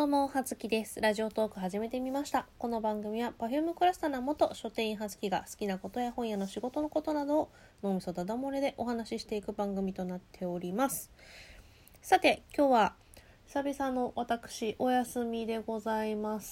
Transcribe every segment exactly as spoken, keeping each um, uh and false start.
どうも、はつきです。ラジオトーク始めてみました。この番組は Perfume クラスターな元書店員はつきが好きなことや本屋の仕事のことなどを脳みそだだ漏れでお話ししていく番組となっております。さて、今日は久々の私お休みでございます。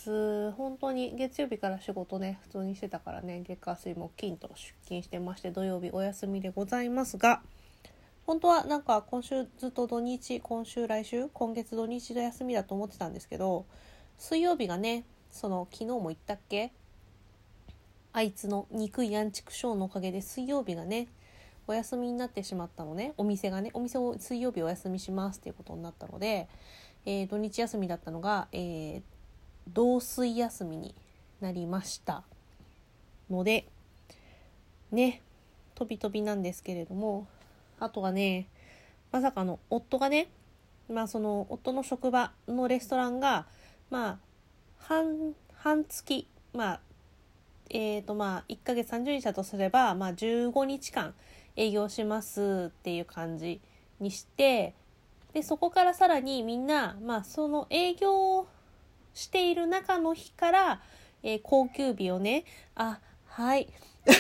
本当に月曜日から仕事ね、普通にしてたからね、月火水木金と出勤してまして、土曜日お休みでございますが、本当はなんか今週ずっと土日、今週来週、今月土日で休みだと思ってたんですけど、水曜日がね、その昨日も言ったっけ、あいつの憎いアンチクショーのおかげで水曜日がね、お休みになってしまったのね、お店がね、お店を水曜日お休みしますっていうことになったので、えー、土日休みだったのが、えー、同水休みになりましたので、ね、飛び飛びなんですけれども、あとはね、まさかの夫がね、まあその夫の職場のレストランが、まあ半、半月、まあ、えっとまあいっかげつさんじゅうにちだとすれば、まあじゅうごにちかん営業しますっていう感じにして、で、そこからさらにみんな、まあその営業している中の日から、えー、高級日をね、あ、はい。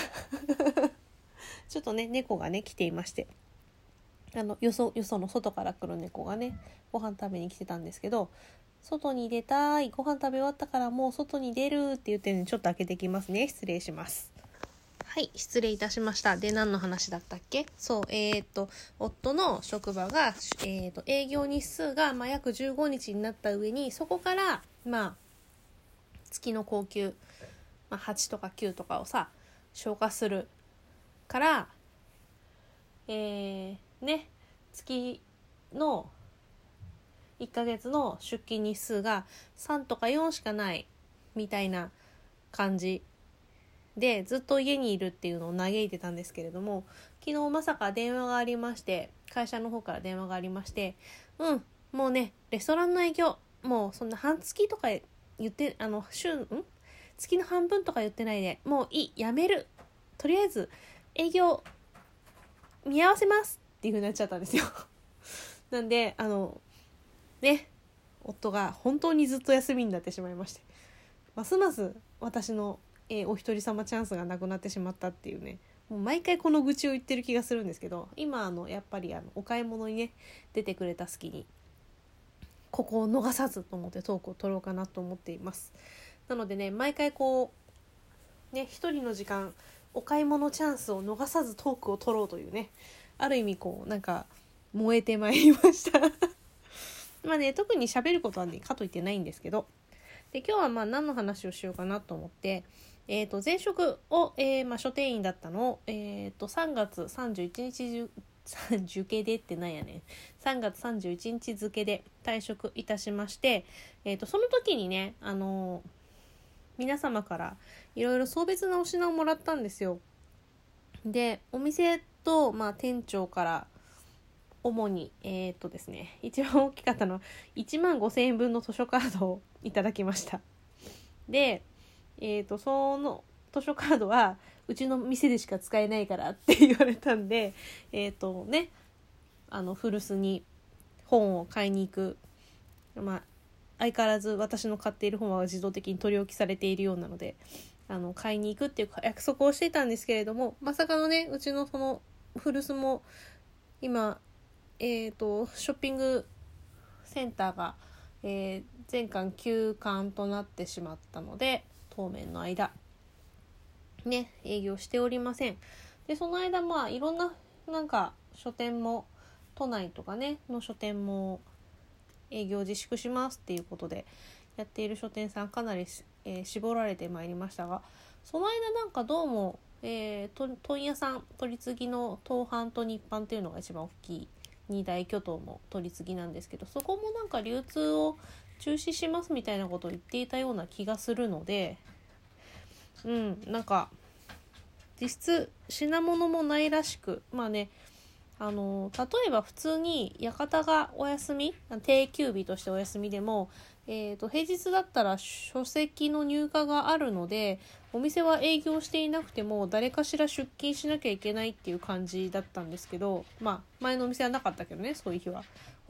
ちょっとね、猫がね、来ていまして。あのよそよその外から来る猫がね、ご飯食べに来てたんですけど、外に出たい、ご飯食べ終わったからもう外に出るって言ってね、ちょっと開けてきますね。失礼します。はい、失礼いたしました。で、何の話だったっけ？そう、えー、っと夫の職場が、えー、っと営業日数が、まあ、約じゅうごにちになった上に、そこからまあ月の高級、まあ、はちとかきゅうとかをさ消化するから、えーね、月のいっかげつの出勤日数がさんとかよんしかないみたいな感じで、ずっと家にいるっていうのを嘆いてたんですけれども、昨日まさか電話がありまして、会社の方から電話がありまして、うんもうね、レストランの営業もうそんな半月とか言って、あの週ん月の半分とか言ってないで、もういい、やめる、とりあえず営業見合わせますっていう風になっちゃったんですよ。なんであのね、夫が本当にずっと休みになってしまいまして、ますます私の、えー、お一人様チャンスがなくなってしまったっていうね、もう毎回この愚痴を言ってる気がするんですけど、今あのやっぱりあのお買い物にね出てくれた隙にここを逃さずと思ってトークを取ろうかなと思っています。なのでね、毎回こうね、一人の時間、お買い物チャンスを逃さずトークを取ろうというね、ある意味こうなんか燃えてまいりましたまあね、特に喋ることはねかといってないんですけど、で今日はまあ何の話をしようかなと思って、えー、と前職を、えーまあ、書店員だったのを、えー、とさんがつさんじゅういちにち付でってなんやねんさんがつさんじゅういちにち付で退職いたしまして、えー、とその時にね、あのー、皆様からいろいろ送別なお品をもらったんですよ。でお店と、まあ、店長から主にえー、っとですね一番大きかったのはいちまんごせんえんぶんの図書カードをいただきました。で、えー、っとその図書カードはうちの店でしか使えないからって言われたんで、えー、っとねあの古巣に本を買いに行く、まあ相変わらず私の買っている本は自動的に取り置きされているようなので、あの買いに行くっていう約束をしていたんですけれども、まさかのね、うちのその古巣も今えーと、ショッピングセンターが、えー、全館休館となってしまったので、当面の間ね営業しておりません。でその間まあいろんななんか書店も都内とかねの書店も営業自粛しますっていうことでやっている書店さんかなり、えー、絞られてまいりましたが、その間なんかどうも、えー、問屋さん取り次ぎの東販と日販っていうのが一番大きいに大巨頭の取り次ぎなんですけど、そこもなんか流通を中止しますみたいなことを言っていたような気がするので、うんなんか実質品物もないらしく、まあね、あの例えば普通に館がお休み、定休日としてお休みでも、えーと、平日だったら書籍の入荷があるので、お店は営業していなくても誰かしら出勤しなきゃいけないっていう感じだったんですけど、まあ前のお店はなかったけどね、そういう日は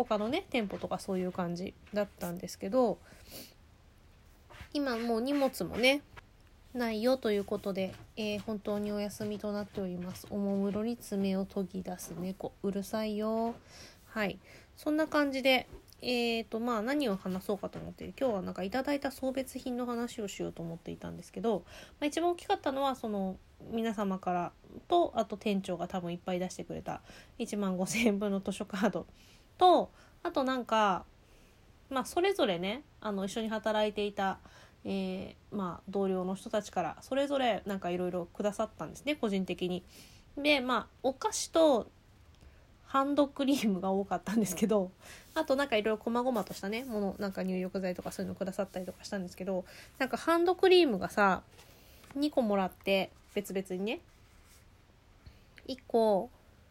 他のね店舗とかそういう感じだったんですけど、今もう荷物もねないよということで、えー、本当にお休みとなっております。おもむろに爪を研ぎ出す猫、うるさいよ。はい、そんな感じでえーとまあ何を話そうかと思って、今日はなんかいただいた送別品の話をしようと思っていたんですけど、まあ、一番大きかったのはその皆様からと、あと店長が多分いっぱい出してくれたいちまんごせんえんぶんの図書カードと、あとなんかまあそれぞれね、あの一緒に働いていた、えー、まあ同僚の人たちからそれぞれなんかいろいろくださったんですね、個人的に。でまあお菓子とハンドクリームが多かったんですけど、あとなんかいろいろ細々としたねもの、なんか入浴剤とかそういうのくださったりとかしたんですけど、なんかハンドクリームがさにこもらって、別々にね、いっこ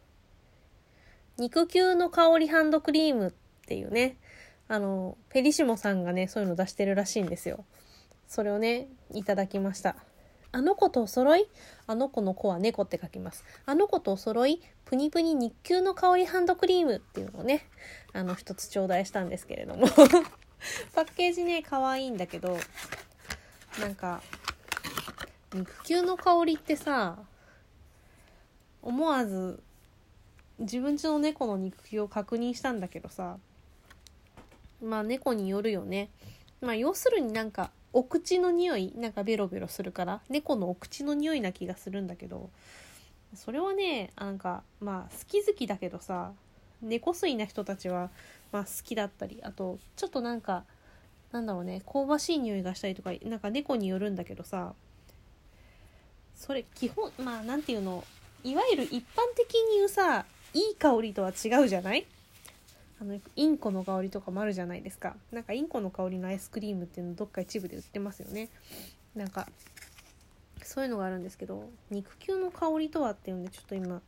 肉球の香りハンドクリームっていうね、あのペリシモさんがねそういうの出してるらしいんですよ。それをねいただきました。あの子とお揃い、あの子の子は猫って書きます。あの子とお揃いプニプニ日給の香りハンドクリームっていうのをね、あの一つ頂戴したんですけれどもパッケージね可愛いんだけど、なんか肉球の香りってさ、思わず自分家の猫の肉球を確認したんだけどさ、まあ猫によるよね。まあ要するになんかお口の匂い、なんかベロベロするから猫のお口の匂いな気がするんだけど、それはねなんかまあ好き好きだけどさ、猫吸いな人たちはまあ好きだったり、あとちょっとなんかなんだろうね、香ばしい匂いがしたりとか、なんか猫によるんだけどさ、それ基本まあなんていうの、いわゆる一般的に言うさいい香りとは違うじゃない。あのインコの香りとかもあるじゃないですか。なんかインコの香りのアイスクリームっていうのどっか一部で売ってますよね。なんかそういうのがあるんですけど、肉球の香りとはっていうんでちょっと今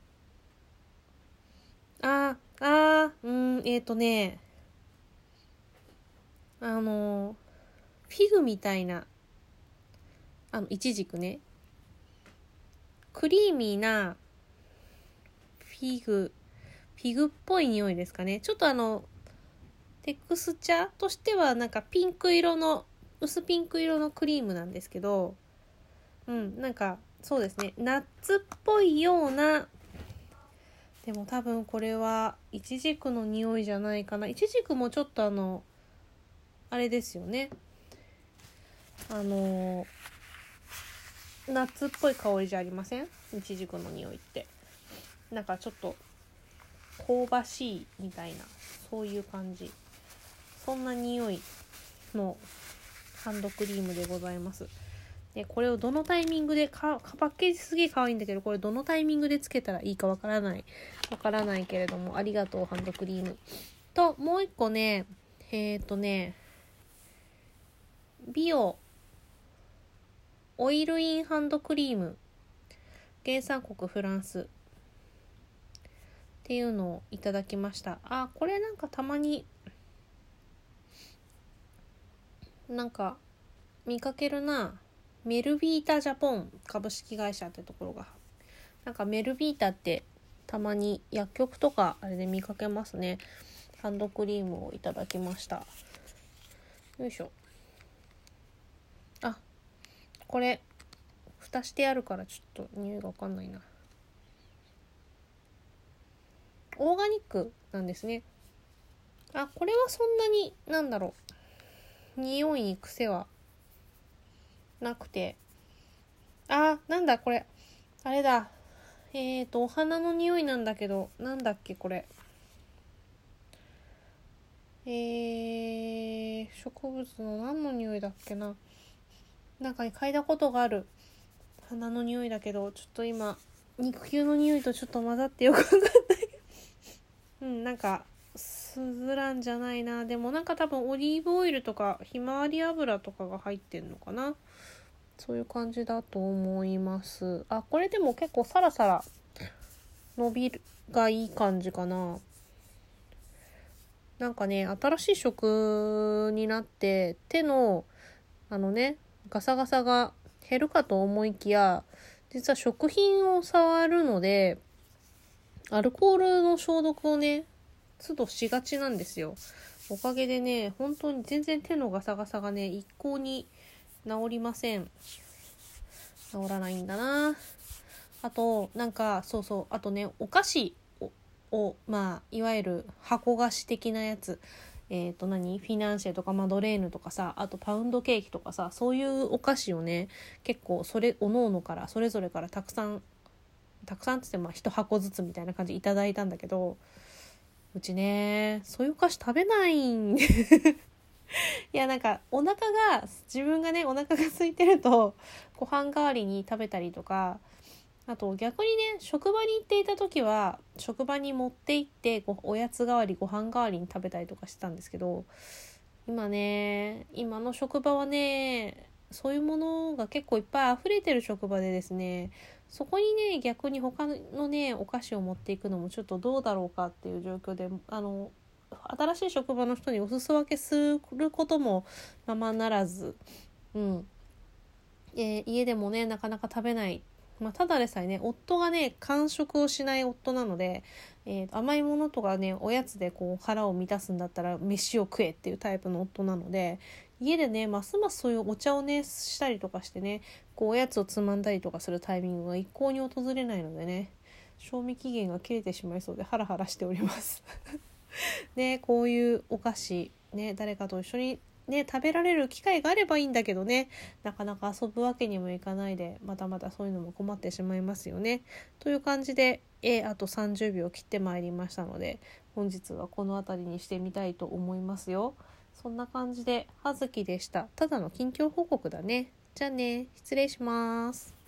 あーあーうーんえーとねあのフィグみたいな、あのイチジクね、クリーミーなフィグフィグっぽい匂いですかね。ちょっとあのテクスチャーとしてはなんかピンク色の薄ピンク色のクリームなんですけど、うんなんかそうですね、ナッツっぽいような、でも多分これはイチジクの匂いじゃないかな。イチジクもちょっとあのあれですよね、あのナッツっぽい香りじゃありません？イチジクの匂いってなんかちょっと香ばしいみたいな、そういう感じ、そんな匂いのハンドクリームでございます。でこれをどのタイミングでかパッケージすげえ可愛いんだけど、これどのタイミングでつけたらいいかわからないわからないけれども、ありがとうハンドクリームと、もう一個ねえっ、ー、とねビオオイルインハンドクリーム、原産国フランスっていうのをいただきました。あ、これなんかたまになんか見かけるな。メルビータジャポン株式会社ってところが、なんかメルビータってたまに薬局とかあれで見かけますね。ハンドクリームをいただきました。よいしょ。あ、これ蓋してあるからちょっと匂いがわかんないな。オーガニックなんですね。あ、これはそんなになんだろう、匂いに癖はなくて、あ、なんだこれ、あれだ、えーとお花の匂いなんだけど、なんだっけこれ、えー植物の何の匂いだっけな、なんかに嗅いだことがある花の匂いだけど、ちょっと今肉球の匂いとちょっと混ざってよくわかんないうんなんかスズランじゃないな、でもなんか多分オリーブオイルとかひまわり油とかが入ってんのかな、そういう感じだと思います。あ、これでも結構サラサラ伸びるがいい感じかな。なんかね、新しい食になって手のあのねガサガサが減るかと思いきや、実は食品を触るのでアルコールの消毒をね都度しがちなんですよ。おかげでね、本当に全然手のガサガサがね一向に治りません。治らないんだな。あとなんかそうそうあとねお菓子を、をまあいわゆる箱菓子的なやつ、えっと何フィナンシェとかマドレーヌとかさ、あとパウンドケーキとかさ、そういうお菓子をね結構それおのおのからそれぞれからたくさんたくさんって言ってまあ一箱ずつみたいな感じでいただいたんだけど、うちねそういうお菓子食べないんいやなんかお腹が自分がねお腹が空いてるとご飯代わりに食べたりとか、あと逆にね職場に行っていた時は職場に持って行ってごおやつ代わりご飯代わりに食べたりとかしてたんですけど、今ね今の職場はねそういうものが結構いっぱい溢れてる職場でですね、そこにね逆に他のねお菓子を持っていくのもちょっとどうだろうかっていう状況で、あの新しい職場の人にお裾分けすることもままならず、うんえー、家でもねなかなか食べない。まあ、ただでさえね夫がね間食をしない夫なので、えー、甘いものとかねおやつでこう腹を満たすんだったら飯を食えっていうタイプの夫なので、家でねますますそういうお茶をねしたりとかしてねこうおやつをつまんだりとかするタイミングが一向に訪れないのでね、賞味期限が切れてしまいそうでハラハラしておりますでこういうお菓子ね誰かと一緒にね食べられる機会があればいいんだけどね、なかなか遊ぶわけにもいかないで、またまたそういうのも困ってしまいますよね。という感じで、えー、あとさんじゅうびょう切ってまいりましたので、本日はこの辺りにしてみたいと思いますよ。そんな感じで葉月でした。ただの近況報告だね。じゃあね、失礼します。